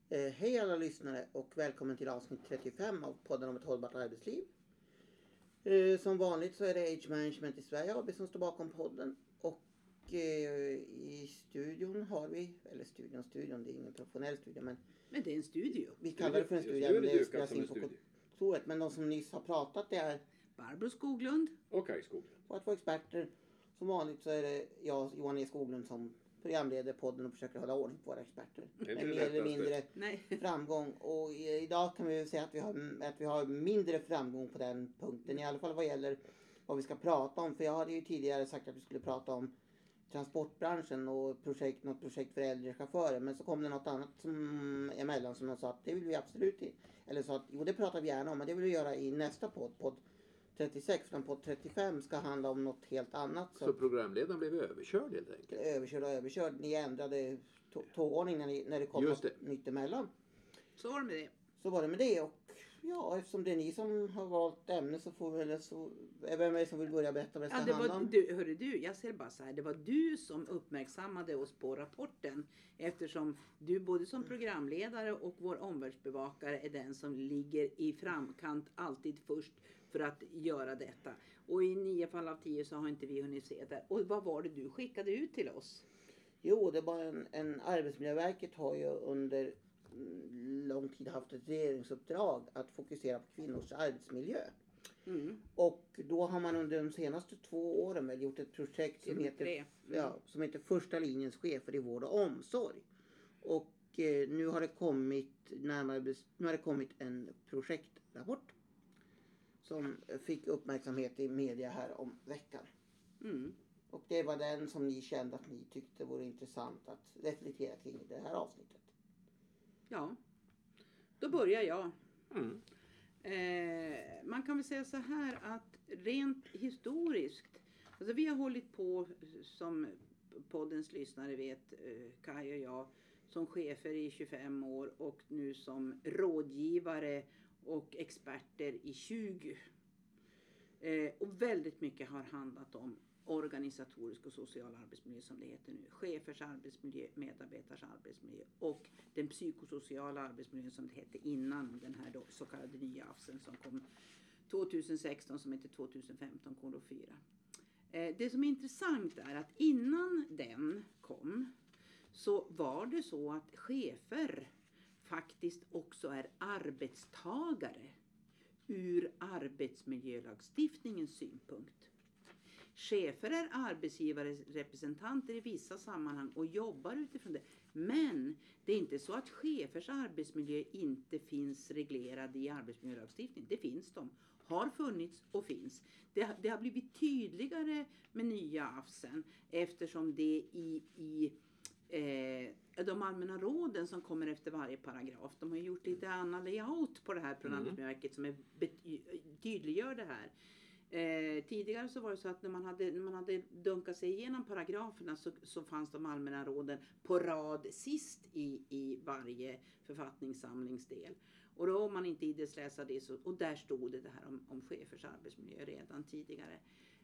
Hej alla lyssnare och välkommen till avsnitt 35 av podden om ett hållbart arbetsliv. Som vanligt så är det Age Management i Sverige AB som står bakom podden. Och i studion har vi, eller studion, det är ingen professionell studio men det är en studio. Vi kallar det för en studio, även det spelas in på kontoret. Men de som nyss har pratat det är Barbro Skoglund och Kaj Skoglund. Och att vara experter. Som vanligt så är det jag, Johan E. Skoglund, som programleder podden och försöker hålla ordning på våra experter. Med mer eller mindre framgång. Och idag kan vi säga att vi har mindre framgång på den punkten. I alla fall vad gäller vad vi ska prata om. För jag hade ju tidigare sagt att vi skulle prata om transportbranschen och något projekt för äldre chaufförer. Men så kom det något annat som emellan som de sa att det vill vi absolut inte. Eller så att jo, det pratar vi gärna om, men det vill vi göra i nästa podd 36, men podd 35 ska handla om något helt annat. Så programledaren blev överkörd helt enkelt? Överkörd. Ni ändrade tågordning när det kom något nytt emellan. Så var det med det. Så var det med det. Och ja, eftersom det är ni som har valt ämne så får vi väl vem är det som vill börja berätta vad det ska handla om? Hörru du, jag ser bara så här. Det var du som uppmärksammade oss på rapporten. Eftersom du både som programledare och vår omvärldsbevakare är den som ligger i framkant alltid först för att göra detta. Och i 9 fall av 10 så har inte vi hunnit se det. Och vad var det du skickade ut till oss? Jo, det var en Arbetsmiljöverket har ju under lång tid haft ett regeringsuppdrag att fokusera på kvinnors arbetsmiljö. Mm. Och då har man under de senaste 2 åren väl gjort ett projekt som heter Första linjens chefer i vård och omsorg. Och nu har det kommit en projektrapport som fick uppmärksamhet i media här om veckan. Mm. Och det var den som ni kände att ni tyckte vore intressant att reflektera kring i det här avsnittet. Ja, då börjar jag. Mm. Man kan väl säga så här att rent historiskt, alltså vi har hållit på som poddens lyssnare vet, Kaj och jag, som chefer i 25 år och nu som rådgivare och experter i 20. Och väldigt mycket har handlat om organisatorisk och social arbetsmiljö som det heter nu. Chefers arbetsmiljö, medarbetars arbetsmiljö och den psykosociala arbetsmiljön som det hette innan den här då, så kallade nya AFSen som kom 2016 som heter 2015 4. Det som är intressant är att innan den kom så var det så att chefer faktiskt också är arbetstagare ur arbetsmiljölagstiftningens synpunkt. Chefer är arbetsgivares representanter i vissa sammanhang och jobbar utifrån det. Men det är inte så att chefers arbetsmiljö inte finns reglerad i arbetsmiljölagstiftningen. Det finns de. Har funnits och finns. Det har blivit tydligare med nya AFSen eftersom det i de allmänna råden som kommer efter varje paragraf. De har gjort lite annan layout på det här från Arbetsmiljöverket som tydliggör det här. Tidigare så var det så att när man hade dunkat sig igenom paragraferna så fanns de allmänna råden på rad sist i varje författningssamlingsdel. Och då om man inte ides läsa det och där stod det här om chefers arbetsmiljö redan tidigare.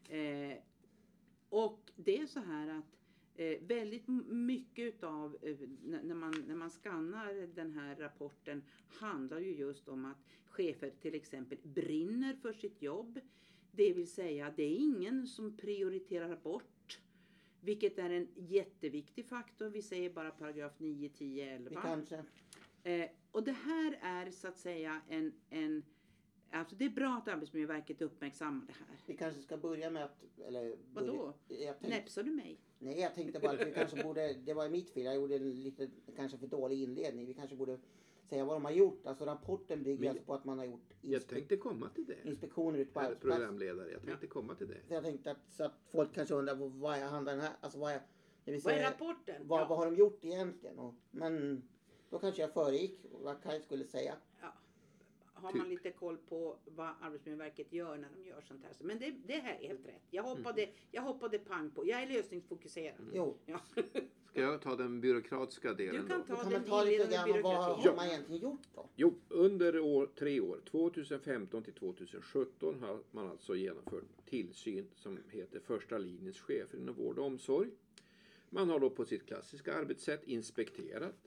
Och det är så här att väldigt mycket av när man skannar den här rapporten handlar ju just om att chefer till exempel brinner för sitt jobb. Det vill säga det är ingen som prioriterar bort, vilket är en jätteviktig faktor. Vi säger bara paragraf 9, 10, 11. Kanske. Och det här är så att säga alltså det är bra att Arbetsmiljöverket uppmärksammar det här. Vi kanske ska börja med att... Vadå? Näpsar du mig? Nej, jag tänkte bara att vi kanske borde... Det var mitt fel. Jag gjorde en lite kanske för dålig inledning. Vi kanske borde säga vad de har gjort. Alltså rapporten bygger alltså på att man har gjort... Jag tänkte komma till det. Inspektioner ut på arbetsplats. Programledare, jag tänkte komma till det. Jag tänkte så att folk kanske undrar vad handlar den här... Alltså vad är rapporten? Vad har de gjort egentligen? Men då kanske jag föregick vad Kaj skulle säga. Ja. Har man lite koll på vad Arbetsmiljöverket gör när de gör sånt här. Men det här är helt rätt. Jag hoppade pang på. Jag är lösningsfokuserad. Jo. Ja. Ska jag ta den byråkratiska delen du kan då? Ta den ta lite grann vad har man egentligen gjort då? Jo, under 3 år, 2015 till 2017 har man alltså genomfört tillsyn som heter Första linjens chefer inom vård och omsorg. Man har då på sitt klassiska arbetssätt inspekterat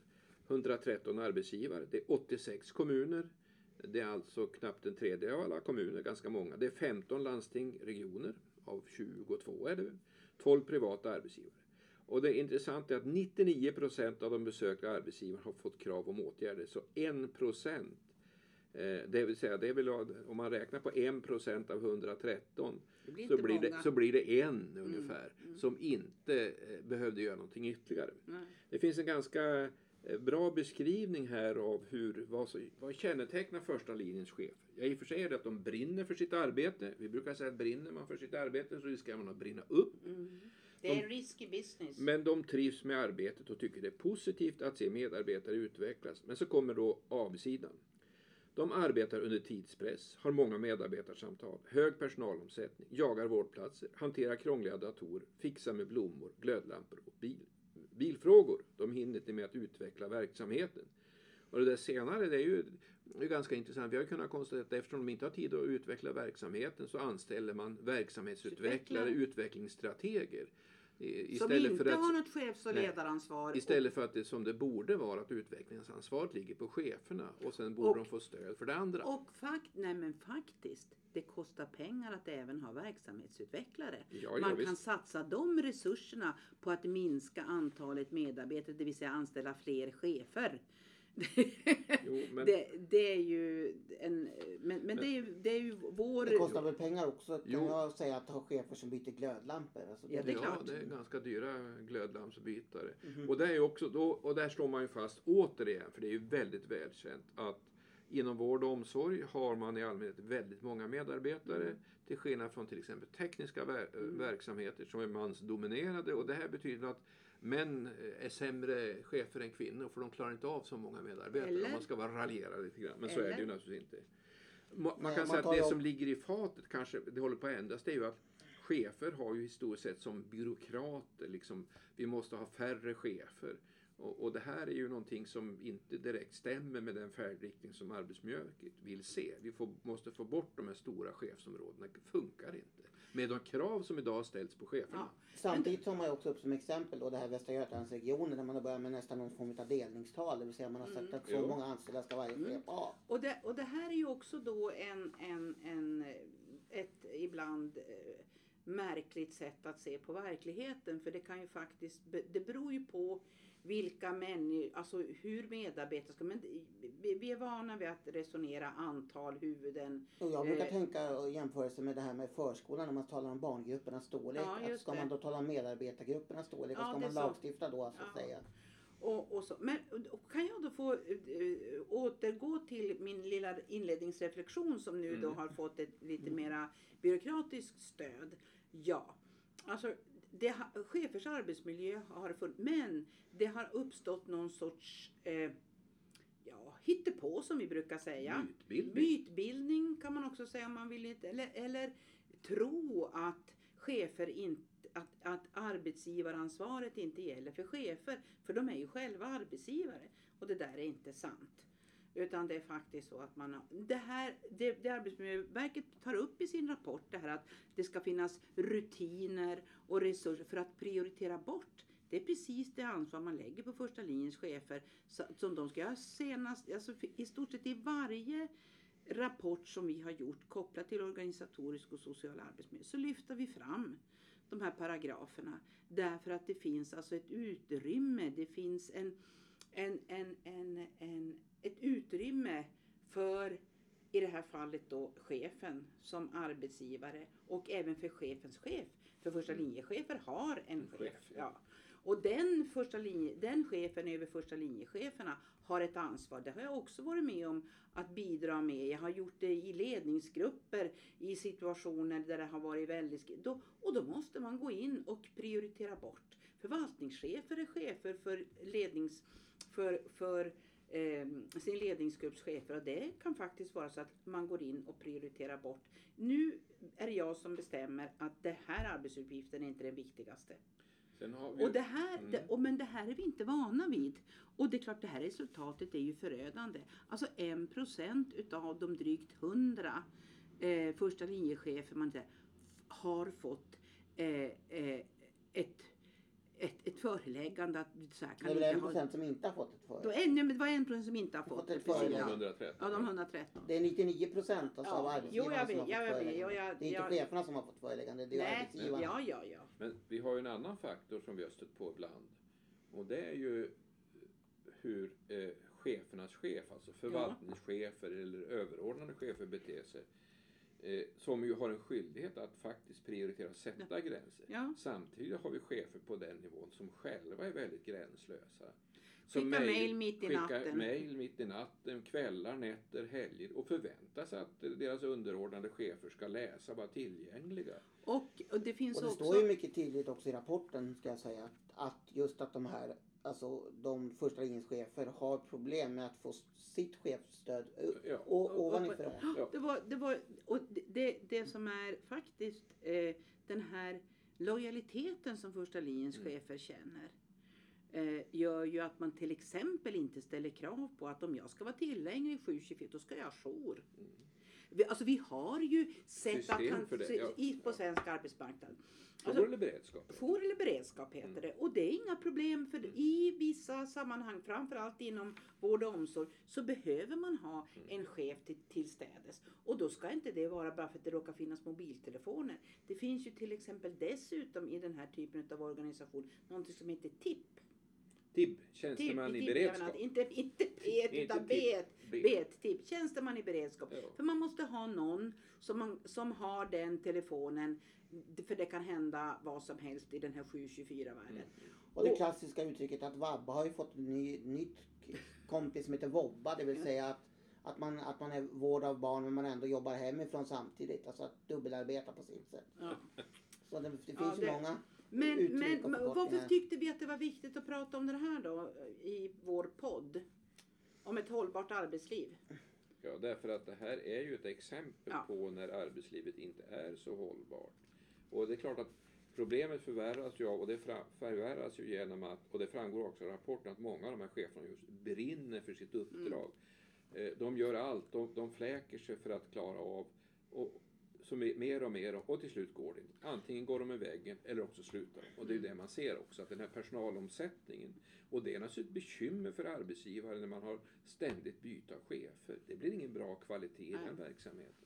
113 arbetsgivare. Det är 86 kommuner. Det är alltså knappt en tredjedel av alla kommuner, ganska många. Det är 15 landsting, regioner av 22 är det. 12 privata arbetsgivare. Och det intressanta är att 99% av de besökta arbetsgivarna har fått krav om åtgärder. Så 1%, det vill säga, det är väl, om man räknar på 1% av 113 så blir det en ungefär som inte behövde göra någonting ytterligare. Nej. Det finns en ganska bra beskrivning här av vad kännetecknar första linjens chef. Ja, i och för sig är det att de brinner för sitt arbete. Vi brukar säga att brinner man för sitt arbete så riskerar man att brinna upp. Det är en risky business. Men de trivs med arbetet och tycker det är positivt att se medarbetare utvecklas. Men så kommer då avsidan. De arbetar under tidspress, har många medarbetarsamtal, hög personalomsättning, jagar vårdplatser, hanterar krångliga datorer, fixar med blommor, glödlampor och bilfrågor. De hinner inte med att utveckla verksamheten. Och det där senare, det är ju ganska intressant. Vi har kunnat konstatera att eftersom de inte har tid att utveckla verksamheten så anställer man verksamhetsutvecklare, utvecklingsstrateger. Som inte har något chefs- och ledaransvar. Istället för att det som det borde vara att utvecklingsansvaret ligger på cheferna och sen borde de få stöd för det andra. Och faktiskt, det kostar pengar att även ha verksamhetsutvecklare. Man kan satsa de resurserna på att minska antalet medarbetare, det vill säga anställa fler chefer. Jo, men det är ju det är ju vår... Det kostar väl pengar också kan jag säga att ha chefer som byter glödlampor. Alltså Ja, det är klart. Ja, det är ganska dyra glödlampsbytare. Och det är ju också då, och där står man ju fast återigen, för det är ju väldigt välkänt att inom vård och omsorg har man i allmänhet väldigt många medarbetare till skillnad från till exempel tekniska verksamheter som är mansdominerade, och det här betyder att män är sämre chefer än kvinnor för de klarar inte av så många medarbetare. Om man ska vara raljerad lite grann. Men så är det ju naturligtvis inte. Man kan säga att det som ligger i fatet, kanske det håller på att ändras, det är ju att chefer har ju historiskt sett som byråkrater. Liksom, vi måste ha färre chefer. Och det här är ju någonting som inte direkt stämmer med den färdriktning som Arbetsmiljöverket vill se. Vi måste få bort de här stora chefsområdena. Det funkar inte. Med de krav som idag ställs på cheferna. Ja. Samtidigt tar man ju också upp som exempel då det här Västra Götalandsregionen där man har börjat med nästan någon form av delningstal. Det vill säga man har sagt att så många anställda ska varje chef ha. Och det här är ju också då ett ibland märkligt sätt att se på verkligheten. För det kan ju faktiskt, det beror ju på vilka människor, alltså hur medarbetare ska, men vi är vana vid att resonera antal huvuden. Och jag brukar tänka och jämförelse med det här med förskolan när man talar om barngruppernas storlek. Ja, att ska man då tala om medarbetargruppernas storlek och ska man lagstifta då så att säga. Och så. Men kan jag då få återgå till min lilla inledningsreflektion som nu då har fått ett lite mera byråkratiskt stöd. Ja, alltså chefers arbetsmiljö har funnits, men det har uppstått någon sorts hittepå som vi brukar säga. Mytbildning kan man också säga om man vill inte. Eller tro att chefer inte, att arbetsgivaransvaret inte gäller för chefer. För de är ju själva arbetsgivare. Och det där är inte sant. Utan det är faktiskt så att man har, det Arbetsmiljöverket tar upp i sin rapport, det här att det ska finnas rutiner och resurser för att prioritera bort. Det är precis det ansvar man lägger på första linjens chefer som de ska göra senast, alltså i stort sett i varje rapport som vi har gjort kopplat till organisatorisk och social arbetsmiljö så lyfter vi fram de här paragraferna därför att det finns alltså ett utrymme, det finns ett utrymme för, i det här fallet då, chefen som arbetsgivare och även för chefens chef. För första linjechefer har en chef. Ja. Och den chefen över första linjecheferna har ett ansvar. Det har jag också varit med om att bidra med. Jag har gjort det i ledningsgrupper i situationer där det har varit väldigt... Och då måste man gå in och prioritera bort. Förvaltningschefer är chefer för sin ledningsgruppschefer, och det kan faktiskt vara så att man går in och prioriterar bort. Nu är det jag som bestämmer att det här arbetsuppgiften är inte den viktigaste. Sen har vi... Och det här, men det här är vi inte vana vid. Och det är klart, det här resultatet är ju förödande. Alltså 1% av de drygt 100 första linjechefer man säger, har fått ett föreläggande att så här Det är väl 1% som inte har fått ett föreläggande. Det var 1% som inte har fått ett det. föreläggande. Ja, de 113. Det är 99% alltså av arbetsgivarna som har fått föreläggande. Det är inte cheferna som har fått föreläggande, det är arbetsgivarna. Ja. Men vi har ju en annan faktor som vi har stött på ibland. Och det är ju hur chefernas chef, alltså förvaltningschefer eller överordnade chefer beter sig. Som ju har en skyldighet att faktiskt prioritera och sätta gränser. Ja. Samtidigt har vi chefer på den nivån som själva är väldigt gränslösa. Skicka mejl mitt i natten. Skicka mejl mitt i natten, kvällar, nätter, helger och förväntar sig att deras underordnade chefer ska läsa, vara tillgängliga. Och det finns och det också... står ju mycket tydligt också i rapporten, ska jag säga, att just att de här, alltså de första linjens chefer har problem med att få sitt chefsstöd ovanifrån. Det som är faktiskt den här lojaliteten som första linjens chefer känner gör ju att man till exempel inte ställer krav på att om jag ska vara tillgänglig 7-24 då ska jag ha jour. Vi har ju sett att på svensk arbetsmarknad. Jour eller beredskap? Jour eller beredskap heter det. Och det är inga problem för i vissa sammanhang, framförallt inom vård och omsorg, så behöver man ha en chef tillstädes. Och då ska inte det vara bara för att det råkar finnas mobiltelefoner. Det finns ju till exempel dessutom i den här typen av organisation något som heter TIP. TIB, tjänsteman i beredskap. Inte PET utan TIB, tjänsteman i beredskap. Ja. För man måste ha någon som har den telefonen, för det kan hända vad som helst i den här 724-världen. Och det klassiska uttrycket att vabba har ju fått en nytt kompis som heter vobba, det vill säga att man är vård av barn men man ändå jobbar hemifrån samtidigt, alltså att dubbelarbeta på sitt sätt. Ja. Så det finns ju många. Men varför tyckte vi att det var viktigt att prata om det här då i vår podd? Om ett hållbart arbetsliv. Ja, därför att det här är ju ett exempel på när arbetslivet inte är så hållbart. Och det är klart att problemet förvärras ju och det förvärras ju genom att, och det framgår också i rapporten, att många av de här cheferna just brinner för sitt uppdrag. De gör allt, de fläker sig för att klara av och så mer och mer och till slut går det inte. Antingen går de i väggen eller också slutar de. Och det är det man ser också, att den här personalomsättningen, och det är naturligtvis ett bekymmer för arbetsgivare när man har ständigt byta chefer. Det blir ingen bra kvalitet i den verksamheten.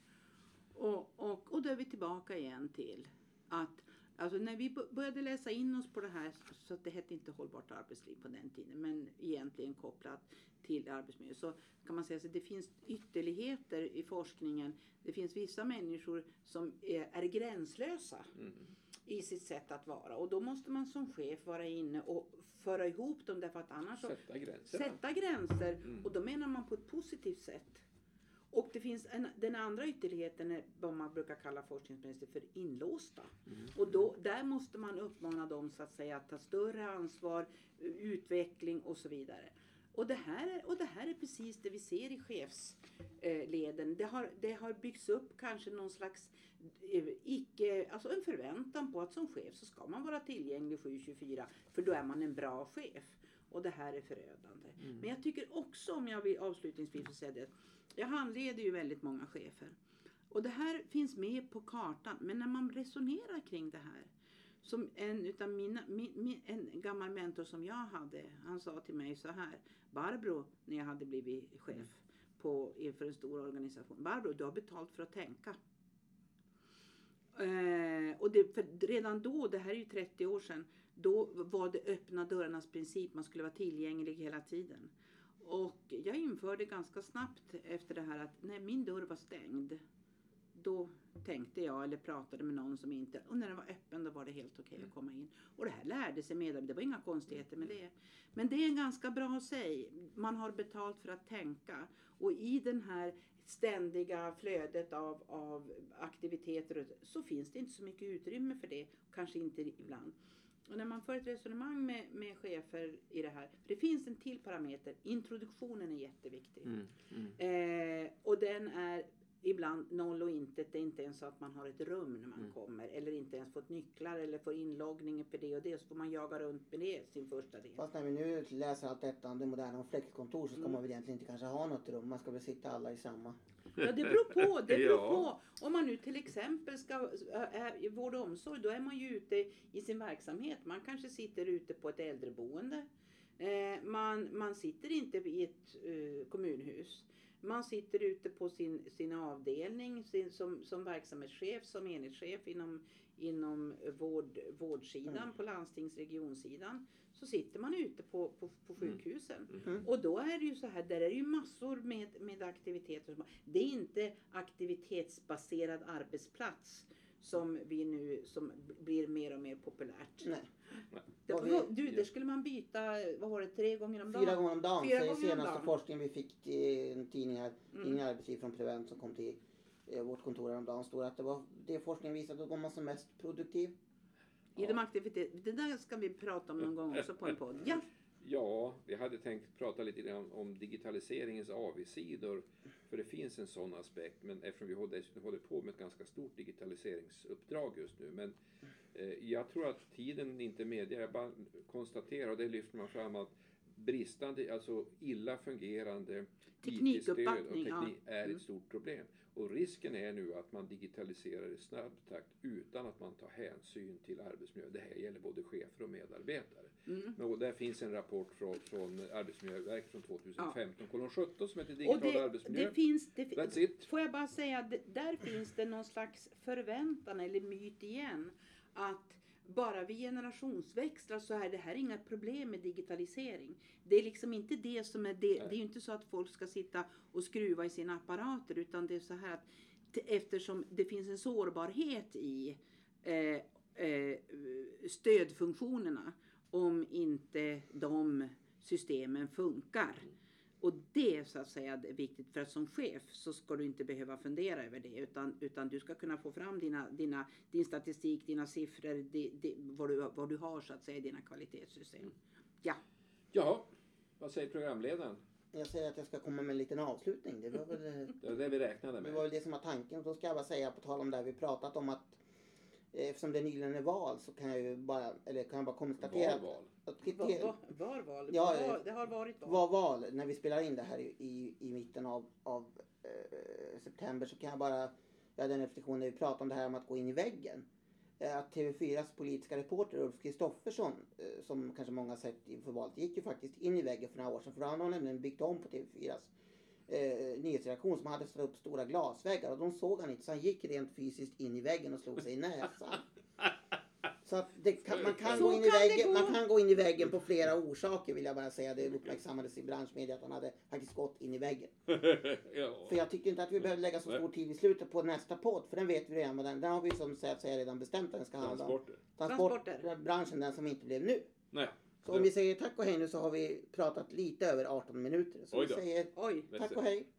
Och då är vi tillbaka igen till att alltså när vi började läsa in oss på det här, så att det hette inte hållbart arbetsliv på den tiden, men egentligen kopplat till arbetsmiljö, så kan man säga att det finns ytterligheter i forskningen. Det finns vissa människor som är gränslösa i sitt sätt att vara, och då måste man som chef vara inne och föra ihop dem, därför att annars sätta gränser. Och då menar man på ett positivt sätt. Och det finns den andra ytterligheten är vad man brukar kalla forskningsmässigt för inlåsta. Och då, där måste man uppmana dem så att säga att ta större ansvar, utveckling och så vidare. Och det här är precis det vi ser i chefsleden. Det har byggts upp kanske någon slags alltså en förväntan på att som chef så ska man vara tillgänglig 7-24, för då är man en bra chef. Och det här är förödande. Men jag tycker också, om jag vill avslutningsvis säga det, jag handleder ju väldigt många chefer. Och det här finns med på kartan. Men när man resonerar kring det här. Som en gammal mentor som jag hade. Han sa till mig så här. Barbro, när jag hade blivit chef för en stor organisation. Barbro, du har betalt för att tänka. Och för redan då, det här är ju 30 år sedan. Då var det öppna dörrarnas princip. Man skulle vara tillgänglig hela tiden. Och jag införde ganska snabbt efter det här att när min dörr var stängd, då tänkte jag eller pratade med någon som inte, och när den var öppen då var det helt okej att komma in. Och det här lärde sig med, det var inga konstigheter med det. Men det är en ganska bra säg. Man har betalt för att tänka. Och i den här ständiga flödet av aktiviteter så finns det inte så mycket utrymme för det. Kanske inte ibland. Och när man för ett resonemang med chefer i det här. För det finns en till parameter. Introduktionen är jätteviktig. Och den är ibland noll och intet. Det är inte ens så att man har ett rum när man kommer. Eller inte ens fått nycklar eller får inloggning för det och det. Så får man jaga runt med det sin första del. Fast när vi nu läser allt detta om det moderna om flexkontor så ska man väl egentligen inte kanske ha något rum. Man ska väl sitta alla i samma. Ja, det beror på. Det beror på. Om man nu till exempel ska i vård och omsorg, då är man ju ute i sin verksamhet. Man kanske sitter ute på ett äldreboende. Man sitter inte i ett kommunhus. Man sitter ute på sin avdelning som verksamhetschef, som enhetschef inom vårdsidan, på landstingsregionsidan. Så sitter man ute på sjukhusen. Och då är det ju så här, där är det ju massor med aktiviteter. Det är inte aktivitetsbaserad arbetsplats som blir mer och mer populärt. Nej. Det skulle man byta, vad var det, 3 gånger om dagen? 4 gånger om dagen. 4 så gånger är senaste om dagen. forskningen vi fick till en tidning Arbetsliv från Prevent som kom till vårt kontor häromdagen, stod att det forskningen visade att då var man som mest produktiv. I de aktiviteter, det där ska vi prata om någon gång också på en podd. Ja. Ja, vi hade tänkt prata lite grann om digitaliseringens avigsidor. För det finns en sån aspekt, men eftersom vi håller på med ett ganska stort digitaliseringsuppdrag just nu. Men jag tror att tiden inte medger, jag bara konstaterar, och det lyfter man fram, att bristande, alltså illa fungerande Teknikuppbackning, IT-stöd och teknik är ett stort problem. Och risken är nu att man digitaliserar i snabb takt utan att man tar hänsyn till arbetsmiljö. Det här gäller både chefer och medarbetare. Och där finns en rapport från Arbetsmiljöverket från 2015:17 som heter Digital arbetsmiljö. That's it. Får jag bara säga, där finns det någon slags förväntan eller myt igen. Att bara vi generationsväxlar så är det här inga problem med digitalisering. Det är liksom inte det som är det. Det är ju inte så att folk ska sitta och skruva i sina apparater, utan det är så här att eftersom det finns en sårbarhet i stödfunktionerna om inte de systemen funkar. Och det är så att säga viktigt, för att som chef så ska du inte behöva fundera över det, utan du ska kunna få fram din statistik, dina siffror, vad du har så att säga i dina kvalitetssystem. Ja, vad säger programledaren? Jag säger att jag ska komma med en liten avslutning. Det var väl Det var det vi räknade med. det var väl det som var tanken. Och då ska jag bara säga, på tal om det här vi pratat om, att eftersom det nyligen är val så kan jag bara konstatera Val. Var val? Ja, det har varit val. Var val, när vi spelar in det här i mitten av september, så kan jag bara göra den reflektionen när vi pratar om det här om att gå in i väggen. Att TV4s politiska reporter Ulf Kristoffersson, som kanske många har sett inför valet, gick ju faktiskt in i väggen för några år sedan. För han har nämligen byggt om på TV4s nyhetsredaktion som hade stått upp stora glasväggar, och de såg han inte, så han gick rent fysiskt in i väggen och slog sig i näsan. Så att man kan gå in i väggen på flera orsaker, vill jag bara säga. Det uppmärksammades i branschmedia att han hade faktiskt gått in i väggen. För jag tycker inte att vi behöver lägga så stor tid i slutet på nästa podd, för den vet vi redan vad den har vi som säger redan bestämt att den ska handla om. Transportbranschen, den som inte blev nu. Nej. Så om vi säger tack och hej nu, så har vi pratat lite över 18 minuter. Så vi säger tack och hej.